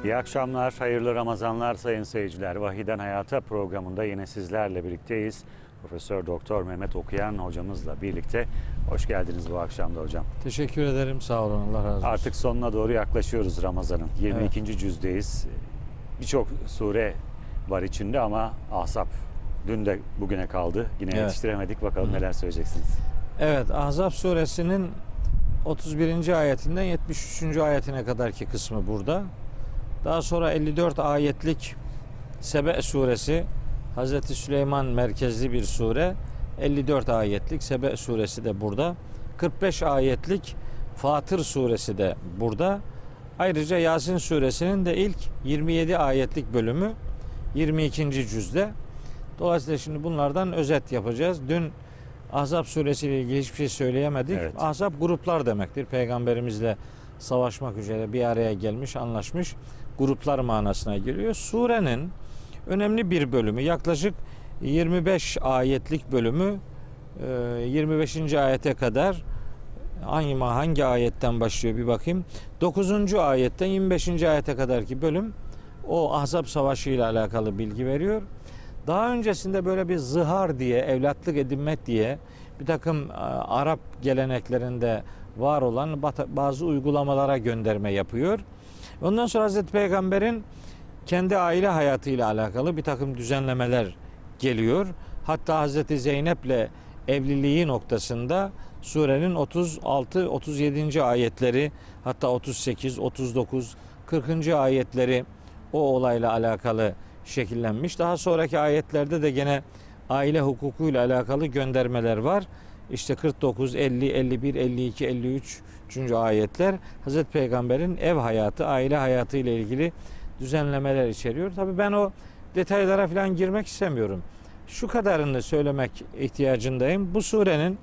İyi akşamlar, hayırlı Ramazanlar sayın seyirciler. Vahiden Hayata programında yine sizlerle birlikteyiz. Profesör Doktor Mehmet Okuyan hocamızla birlikte. Hoş geldiniz bu akşam da hocam. Teşekkür ederim, sağ olun, Allah razı olsun. Artık sonuna doğru yaklaşıyoruz Ramazan'ın. 22. Evet. Cüzdeyiz. Birçok sure var içinde ama Ahzab dün de bugüne kaldı. Yine yetiştiremedik. Bakalım neler söyleyeceksiniz. Evet, Ahzab suresinin 31. ayetinden 73. ayetine kadarki kısmı burada. Daha sonra 54 ayetlik Sebe suresi, Hazreti Süleyman merkezli bir sure. 54 ayetlik Sebe suresi de burada. 45 ayetlik Fatır suresi de burada. Ayrıca Yasin suresinin de ilk 27 ayetlik bölümü 22. cüzde. Dolayısıyla şimdi bunlardan özet yapacağız. Dün Ahzab suresiyle ilgili hiçbir şey söyleyemedik. Evet. Ahzab gruplar demektir. Peygamberimizle savaşmak üzere bir araya gelmiş, anlaşmış gruplar manasına geliyor. Surenin önemli bir bölümü, yaklaşık 25 ayetlik bölümü 25. ayete kadar hangi ayetten başlıyor bir bakayım. 9. ayetten 25. ayete kadarki bölüm o Ahzab Savaşı ile alakalı bilgi veriyor. Daha öncesinde böyle bir zihar diye, evlatlık edinmek diye bir takım Arap geleneklerinde var olan bazı uygulamalara gönderme yapıyor. Ondan sonra Hazreti Peygamber'in kendi aile hayatıyla alakalı bir takım düzenlemeler geliyor. Hatta Hazreti Zeynep'le evliliği noktasında surenin 36, 37. ayetleri, hatta 38, 39, 40. ayetleri o olayla alakalı şekillenmiş. Daha sonraki ayetlerde de gene aile hukukuyla alakalı göndermeler var. İşte 49, 50, 51, 52, 53. ayetler Hazreti Peygamber'in ev hayatı, aile hayatı ile ilgili düzenlemeler içeriyor. Tabii ben o detaylara falan girmek istemiyorum. Şu kadarını söylemek ihtiyacındayım. Bu surenin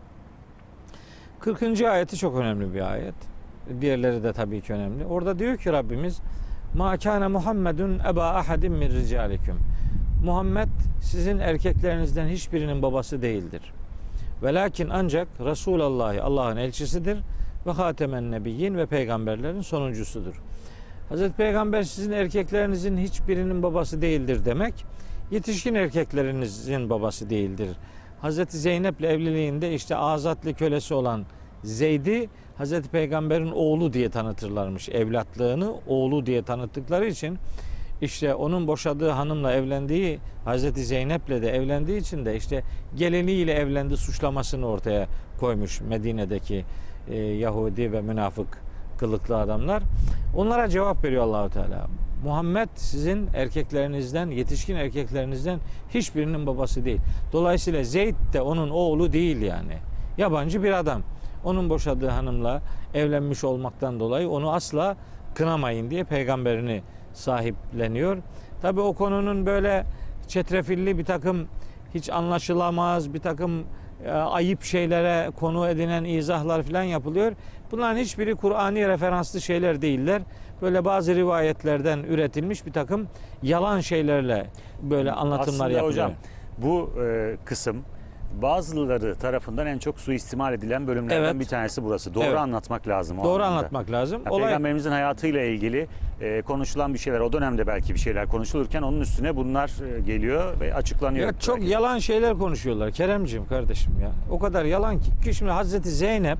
40. ayeti çok önemli bir ayet. Diğerleri de tabii ki önemli. Orada diyor ki Rabbimiz: "Ma kana Muhammedun eba ahadin min ricalikum." Muhammed sizin erkeklerinizden hiçbirinin babası değildir. Velakin ancak Resulallah, Allah'ın elçisidir ve hatemen nebiyyin ve peygamberlerin sonuncusudur. Hazreti Peygamber sizin erkeklerinizin hiçbirinin babası değildir demek, yetişkin erkeklerinizin babası değildir. Hazreti Zeynep'le evliliğinde işte azatlı kölesi olan Zeyd'i Hazreti Peygamber'in oğlu diye tanıtırlarmış. Evlatlığını oğlu diye tanıttıkları için işte onun boşadığı hanımla evlendiği, Hazreti Zeynep'le de evlendiği için de işte geliniyle evlendi suçlamasını ortaya koymuş Medine'deki Yahudi ve münafık kılıklı adamlar. Onlara cevap veriyor Allahu Teala. Muhammed sizin erkeklerinizden, yetişkin erkeklerinizden hiçbirinin babası değil. Dolayısıyla Zeyd de onun oğlu değil yani. Yabancı bir adam. Onun boşadığı hanımla evlenmiş olmaktan dolayı onu asla kınamayın diye peygamberini sahipleniyor. Tabii o konunun böyle çetrefilli bir takım hiç anlaşılamaz bir takım ayıp şeylere konu edinen izahlar falan yapılıyor. Bunların hiçbiri Kur'ani referanslı şeyler değiller. Böyle bazı rivayetlerden üretilmiş bir takım yalan şeylerle böyle anlatımlar yapılıyor. Aslında hocam bu kısım bazıları tarafından en çok suistimal edilen bölümlerden bir tanesi burası. Doğru anlatmak lazım. Doğru anlatmak lazım. Peygamberimizin hayatıyla ilgili konuşulan bir şeyler, o dönemde belki bir şeyler konuşulurken onun üstüne bunlar geliyor ve açıklanıyor. Ya çok yalan şeyler konuşuyorlar Keremciğim kardeşim ya. O kadar yalan ki. Şimdi Hazreti Zeynep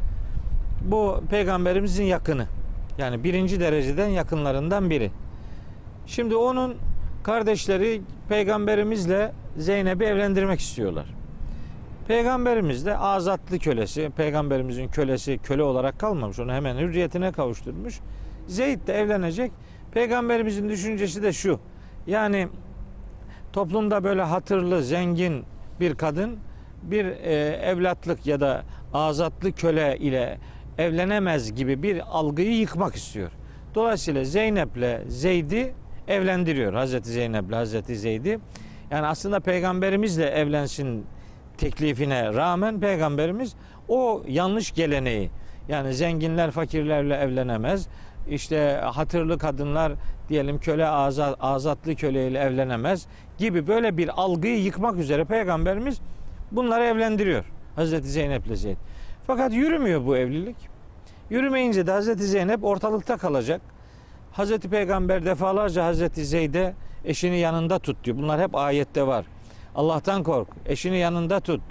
bu peygamberimizin yakını. Yani birinci dereceden yakınlarından biri. Şimdi onun kardeşleri peygamberimizle Zeynep'i evlendirmek istiyorlar. Peygamberimiz de azatlı kölesi, peygamberimizin kölesi köle olarak kalmamış. Onu hemen hürriyetine kavuşturmuş. Zeyd de evlenecek. Peygamberimizin düşüncesi de şu. Yani toplumda böyle hatırlı, zengin bir kadın bir evlatlık ya da azatlı köle ile evlenemez gibi bir algıyı yıkmak istiyor. Dolayısıyla Zeynep'le Zeyd'i evlendiriyor. Hazreti Zeynep'le Hazreti Zeyd'i. Yani aslında peygamberimizle evlensin teklifine rağmen peygamberimiz o yanlış geleneği, yani zenginler fakirlerle evlenemez, işte hatırlı kadınlar diyelim köle azatlı köleyle evlenemez gibi böyle bir algıyı yıkmak üzere peygamberimiz bunları evlendiriyor. Hazreti Zeynep'le Zeyd. Fakat yürümüyor bu evlilik. Yürümeyince de Hazreti Zeynep ortalıkta kalacak. Hazreti Peygamber defalarca Hazreti Zeyd'e eşini yanında tut diyor. Bunlar hep ayette var. Allah'tan kork, eşini yanında tut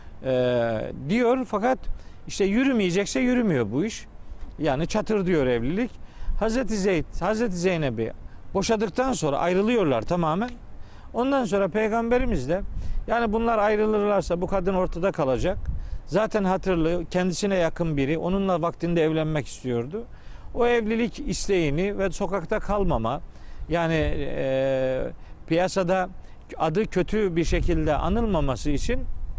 diyor. Fakat işte yürümeyecekse yürümüyor bu iş. Yani çatır diyor evlilik. Hazreti Zeyd, Hazreti Zeynep'i boşadıktan sonra ayrılıyorlar tamamen. Ondan sonra Peygamberimiz de yani bunlar ayrılırlarsa bu kadın ortada kalacak. Zaten hatırlı, kendisine yakın biri, onunla vaktinde evlenmek istiyordu. O evlilik isteğini ve sokakta kalmama, yani piyasada adı kötü bir şekilde anılmaması için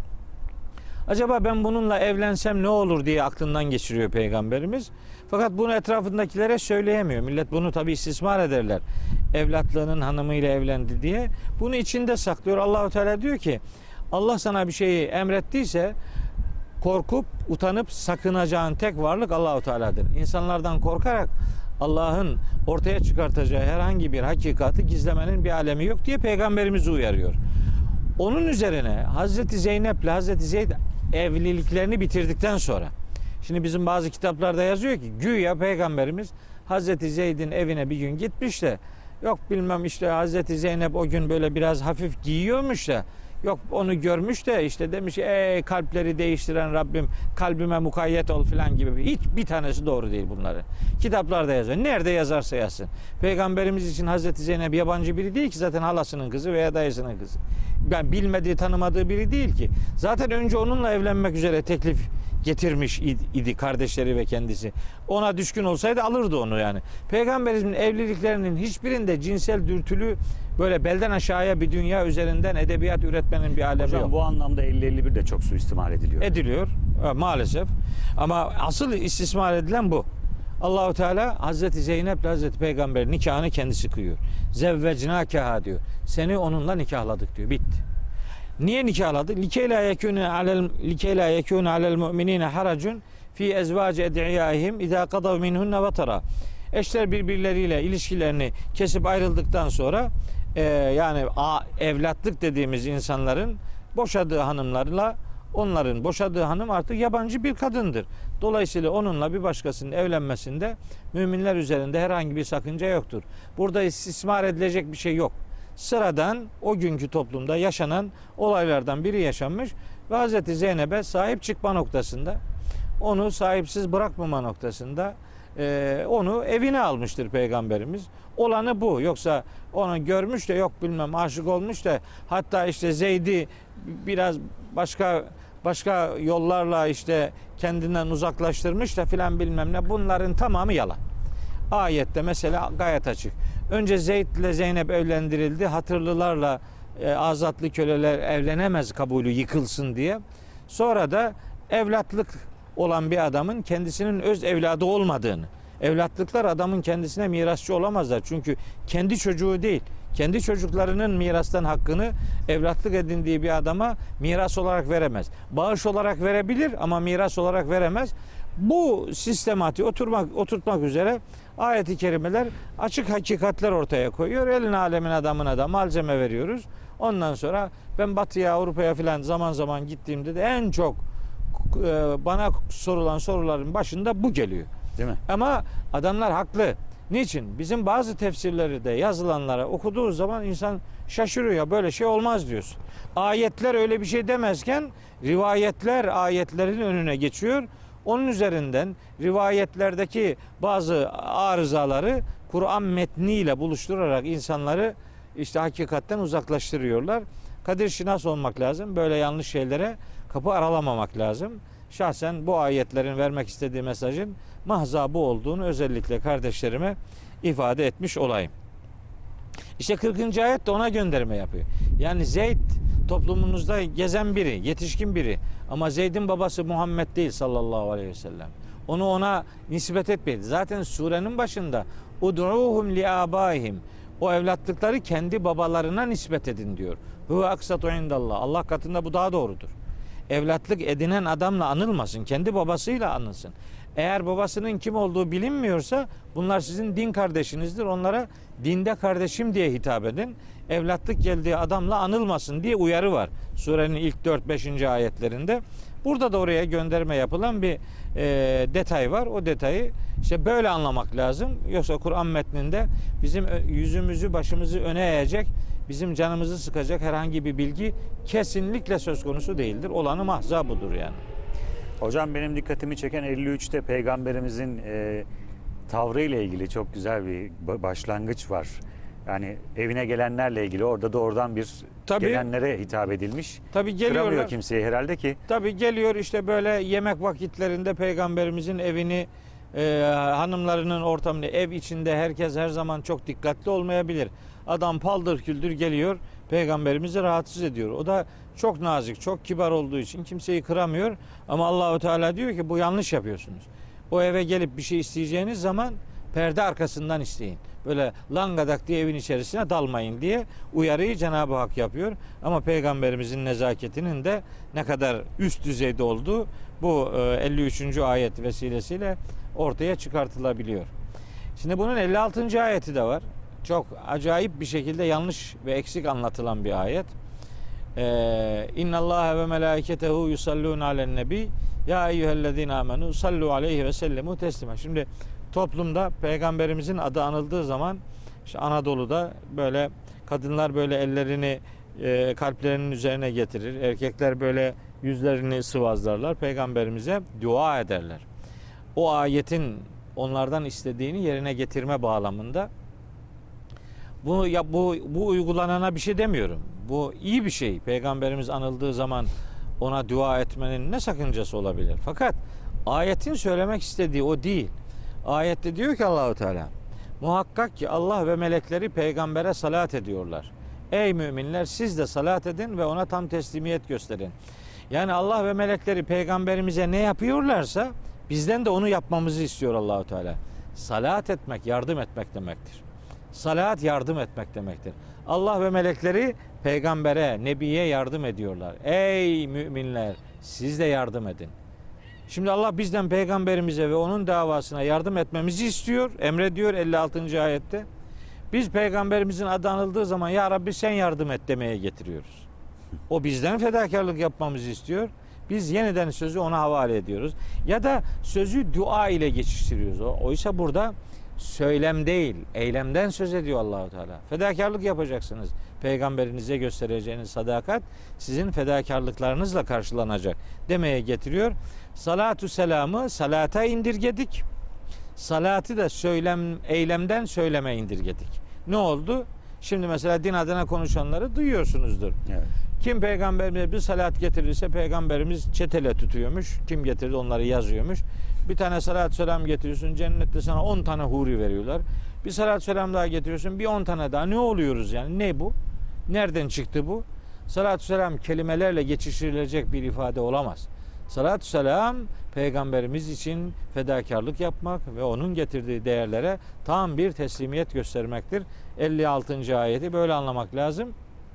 acaba ben bununla evlensem ne olur diye aklından geçiriyor Peygamberimiz. Fakat bunu etrafındakilere söyleyemiyor. Millet bunu tabii istismar ederler. Evlatlığının hanımıyla evlendi diye. Bunu içinde saklıyor. Allahu Teala diyor ki Allah sana bir şeyi emrettiyse korkup utanıp sakınacağın tek varlık Allahu Teala'dır. İnsanlardan korkarak Allah'ın ortaya çıkartacağı herhangi bir hakikati gizlemenin bir alemi yok diye Peygamberimizi uyarıyor. Onun üzerine Hazreti Zeynep ile Hazreti Zeyd evliliklerini bitirdikten sonra, şimdi bizim bazı kitaplarda yazıyor ki güya Peygamberimiz Hazreti Zeyd'in evine bir gün gitmiş de yok bilmem işte Hazreti Zeynep o gün böyle biraz hafif giyiyormuş da yok onu görmüş de işte demiş kalpleri değiştiren Rabbim kalbime mukayyet ol filan gibi. Hiç bir tanesi doğru değil bunları. Kitaplarda yazıyor. Nerede yazarsa yazsın. Peygamberimiz için Hazreti Zeynep yabancı biri değil ki, zaten halasının kızı veya dayısının kızı. Ben bilmediği tanımadığı biri değil ki. Zaten önce onunla evlenmek üzere teklif getirmiş idi kardeşleri ve kendisi. Ona düşkün olsaydı alırdı onu yani. Peygamberimizin evliliklerinin hiçbirinde cinsel dürtülü böyle belden aşağıya bir dünya üzerinden edebiyat üretmenin bir alemi Hocam yok. bu anlamda 50-51 de çok suistimal ediliyor. Ediliyor maalesef. Ama asıl istismar edilen bu. Allahu Teala Hazreti Zeynep ile Hazreti Peygamber nikahını kendisi kıyıyor. Zevvecnâkeha diyor. Seni onunla nikahladık diyor. Bitti. Niye nikahladı? Likey la yekûne alel mu'minîne haracun fi ezvâci ed'iyâihim idâ kadav minhunne vatara. Eşler birbirleriyle ilişkilerini kesip ayrıldıktan sonra yani evlatlık dediğimiz insanların boşadığı hanımlarla onların boşadığı hanım artık yabancı bir kadındır. Dolayısıyla onunla bir başkasının evlenmesinde müminler üzerinde herhangi bir sakınca yoktur. Burada istismar edilecek bir şey yok. Sıradan o günkü toplumda yaşanan olaylardan biri yaşanmış ve Hazreti Zeynep'e sahip çıkma noktasında, onu sahipsiz bırakmama noktasında onu evine almıştır Peygamberimiz. Olanı bu. Yoksa onu görmüş de yok bilmem aşık olmuş da hatta işte Zeyd'i biraz başka yollarla işte kendinden uzaklaştırmış da filan bilmem ne, bunların tamamı yalan. Ayette mesela gayet açık. Önce Zeyd ile Zeynep evlendirildi. Hatırlılarla azatlı köleler evlenemez kabulü yıkılsın diye. Sonra da evlatlık olan bir adamın kendisinin öz evladı olmadığını, evlatlıklar adamın kendisine mirasçı olamazlar. Çünkü kendi çocuğu değil, kendi çocuklarının mirastan hakkını evlatlık edindiği bir adama miras olarak veremez. Bağış olarak verebilir ama miras olarak veremez. Bu sistematiği oturtmak üzere ayet-i kerimeler açık hakikatler ortaya koyuyor. Elin alemin adamına da malzeme veriyoruz. Ondan sonra ben Batı'ya, Avrupa'ya filan zaman zaman gittiğimde de en çok bana sorulan soruların başında bu geliyor. Değil mi? Ama adamlar haklı. Niçin? Bizim bazı tefsirleri de yazılanlara okuduğu zaman insan şaşırıyor, ya böyle şey olmaz diyorsun. Ayetler öyle bir şey demezken rivayetler ayetlerin önüne geçiyor. Onun üzerinden rivayetlerdeki bazı arızaları Kur'an metniyle buluşturarak insanları işte hakikatten uzaklaştırıyorlar. Kadir şinas olmak lazım. Böyle yanlış şeylere kapı aralamamak lazım. Şahsen bu ayetlerin vermek istediği mesajın mahza bu olduğunu özellikle kardeşlerime ifade etmiş olayım. İşte 40. ayet de ona gönderme yapıyor. Yani Zeyd toplumunuzda gezen biri, yetişkin biri. Ama Zeyd'in babası Muhammed değil sallallahu aleyhi ve sellem. Onu ona nispet etmedi. Zaten surenin başında ud'uhum li abaihim. O evlatlıkları kendi babalarına nispet edin diyor. Huve aksatu indallah. Allah katında bu daha doğrudur. Evlatlık edinen adamla anılmasın. Kendi babasıyla anılsın. Eğer babasının kim olduğu bilinmiyorsa bunlar sizin din kardeşinizdir. Onlara dinde kardeşim diye hitap edin. evlatlık geldiği adamla anılmasın diye uyarı var. Surenin ilk 4-5. ayetlerinde. Burada da oraya gönderme yapılan bir detay var. O detayı işte böyle anlamak lazım. Yoksa Kur'an metninde bizim yüzümüzü başımızı öne eğecek, bizim canımızı sıkacak herhangi bir bilgi kesinlikle söz konusu değildir. Olanı mahza budur yani. Hocam benim dikkatimi çeken 53'te Peygamberimizin tavrı ile ilgili çok güzel bir başlangıç var. Yani evine gelenlerle ilgili orada doğrudan bir gelenlere hitap edilmiş. Tabii geliyorlar. Kıramıyor kimseyi herhalde ki. Tabii geliyor işte böyle yemek vakitlerinde Peygamberimizin evini, hanımlarının ortamını, ev içinde herkes her zaman çok dikkatli olmayabilir. Adam paldır küldür geliyor, Peygamberimizi rahatsız ediyor. O da çok nazik, çok kibar olduğu için kimseyi kıramıyor. Ama Allahu Teala diyor ki bu yanlış yapıyorsunuz. O eve gelip bir şey isteyeceğiniz zaman perde arkasından isteyin. Böyle langadak diye evin içerisine dalmayın diye uyarıyı Cenab-ı Hak yapıyor. Ama Peygamberimizin nezaketinin de ne kadar üst düzeyde olduğu bu 53. ayet vesilesiyle ortaya çıkartılabiliyor. Şimdi bunun 56. ayeti de var. Çok acayip bir şekilde yanlış ve eksik anlatılan bir ayet. İnna Allah ve melaiketehu yusallun alen nebi ya eyyühellezine amenu sallu aleyhi ve sellemu teslima. Şimdi toplumda Peygamberimizin adı anıldığı zaman işte Anadolu'da böyle kadınlar böyle ellerini kalplerinin üzerine getirir. Erkekler böyle yüzlerini sıvazlarlar. Peygamberimize dua ederler. O ayetin onlardan istediğini yerine getirme bağlamında bu uygulanana bir şey demiyorum. Bu iyi bir şey. Peygamberimiz anıldığı zaman ona dua etmenin ne sakıncası olabilir? Fakat ayetin söylemek istediği o değil. Ayette diyor ki Allahu Teala, muhakkak ki Allah ve melekleri peygambere salat ediyorlar. Ey müminler siz de salat edin ve ona tam teslimiyet gösterin. Yani Allah ve melekleri peygamberimize ne yapıyorlarsa bizden de onu yapmamızı istiyor Allahu Teala. Salat etmek, yardım etmek demektir. Salat yardım etmek demektir. Allah ve melekleri peygambere, nebiye yardım ediyorlar. Ey müminler siz de yardım edin. Şimdi Allah bizden peygamberimize ve onun davasına yardım etmemizi istiyor. Emrediyor 56. ayette. Biz peygamberimizin adı anıldığı zaman ya Rabbi sen yardım et demeye getiriyoruz. O bizden fedakarlık yapmamızı istiyor. Biz yeniden sözü ona havale ediyoruz. Ya da sözü dua ile geçiştiriyoruz. Oysa burada söylem değil, eylemden söz ediyor Allahu Teala. Fedakarlık yapacaksınız. Peygamberinize göstereceğiniz sadakat sizin fedakarlıklarınızla karşılanacak demeye getiriyor. Salatu selamı salata indirgedik. Salatı da eylemden söyleme indirgedik. Ne oldu? Şimdi mesela din adına konuşanları duyuyorsunuzdur. Evet. Kim peygamberimize bir salat getirirse peygamberimiz çetele tutuyormuş. Kim getirdi onları yazıyormuş. Bir tane salat selam getiriyorsun cennette sana 10 tane huri veriyorlar. Bir salat selam daha getiriyorsun bir 10 tane daha. Ne oluyoruz yani? Ne bu? Nereden çıktı bu? Salatü selam kelimelerle geçiştirilecek bir ifade olamaz. Salatü selam peygamberimiz için fedakarlık yapmak ve onun getirdiği değerlere tam bir teslimiyet göstermektir. 56. ayeti böyle anlamak lazım.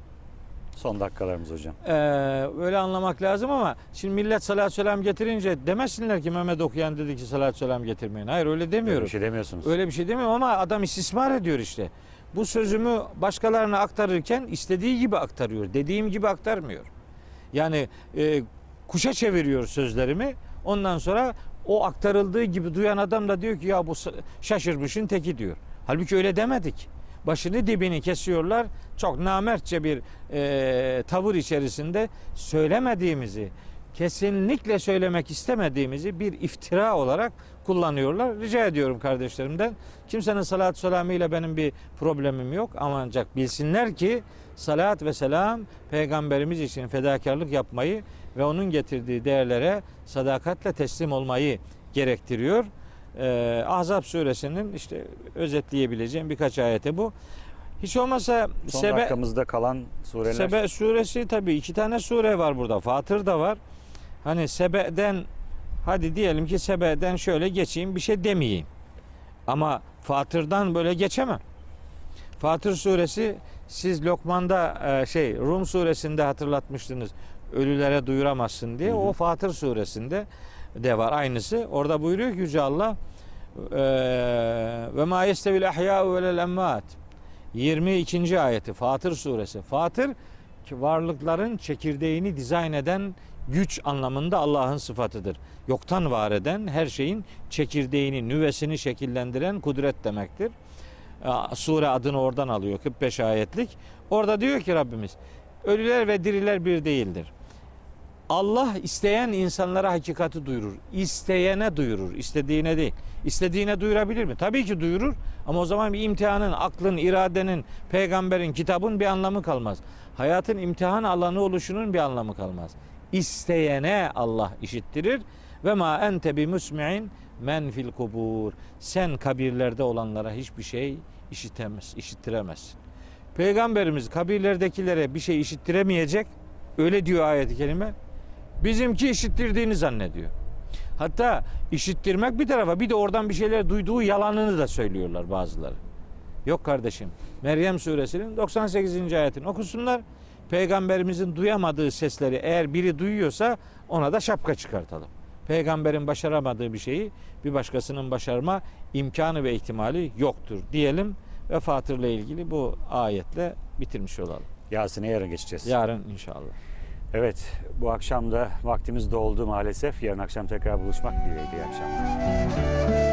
Son dakikalarımız hocam. Öyle anlamak lazım ama şimdi millet salatü selam getirince demesinler ki Mehmet okuyan dedi ki salatü selam getirmeyin. Hayır öyle demiyorum. Öyle bir şey demiyorsunuz. Öyle bir şey demiyorum ama adam istismar ediyor işte. Bu sözümü başkalarına aktarırken istediği gibi aktarıyor. Dediğim gibi aktarmıyor. Yani kuşa çeviriyor sözlerimi. Ondan sonra o aktarıldığı gibi duyan adam da diyor ki ya bu şaşırmışın teki diyor. Halbuki öyle demedik. Başını dibini kesiyorlar. Çok namertçe bir tavır içerisinde söylemediğimizi, kesinlikle söylemek istemediğimizi bir iftira olarak kullanıyorlar. Rica ediyorum kardeşlerimden. Kimsenin salat selamıyla benim bir problemim yok. Ama ancak bilsinler ki salat ve selam peygamberimiz için fedakarlık yapmayı ve onun getirdiği değerlere sadakatle teslim olmayı gerektiriyor. Ahzab suresinin işte özetleyebileceğim birkaç ayeti bu. Hiç olmazsa son dakikamızda kalan sureler. Sebe suresi tabii 2 tane sure var burada. Fatır da var. Hani Sebe'den hadi diyelim ki Sebe'den şöyle geçeyim bir şey demeyeyim. Ama Fatır'dan böyle geçemem. Fatır suresi siz Lokman'da Rum suresinde hatırlatmıştınız. Ölülere duyuramazsın diye. O Fatır suresinde de var aynısı. Orada buyuruyor ki Yüce Allah ve ma yestevil ahya'u velel emmat. 22. ayeti Fatır suresi. Fatır varlıkların çekirdeğini dizayn eden güç anlamında Allah'ın sıfatıdır. Yoktan var eden, her şeyin çekirdeğini, nüvesini şekillendiren kudret demektir. Sure adını oradan alıyor. 45 ayetlik. Orada diyor ki Rabbimiz, ölüler ve diriler bir değildir. Allah isteyen insanlara hakikati duyurur. İsteyene duyurur, istediğine değil. İstediğine duyurabilir mi? Tabii ki duyurur. Ama o zaman bir imtihanın, aklın, iradenin, peygamberin, kitabın bir anlamı kalmaz. Hayatın imtihan alanı oluşunun bir anlamı kalmaz. İsteyene Allah işittirir. Ve ma ente bi musmi'in men fil kubur. Sen kabirlerde olanlara hiçbir şey işittiremezsin. Peygamberimiz kabirlerdekilere bir şey işittiremeyecek. Öyle diyor ayet-i kerime. Bizimki işittirdiğini zannediyor. Hatta işittirmek bir tarafa, bir de oradan bir şeyler duyduğu yalanını da söylüyorlar bazıları. Yok kardeşim. Meryem suresinin 98. ayetini okusunlar. Peygamberimizin duyamadığı sesleri eğer biri duyuyorsa ona da şapka çıkartalım. Peygamberin başaramadığı bir şeyi bir başkasının başarma imkanı ve ihtimali yoktur diyelim ve Fatır'la ilgili bu ayetle bitirmiş olalım. Yasin'e yarın geçeceğiz. Yarın inşallah. Evet, bu akşam da vaktimiz doldu maalesef. Yarın akşam tekrar buluşmak dileğiyle. İyi akşamlar.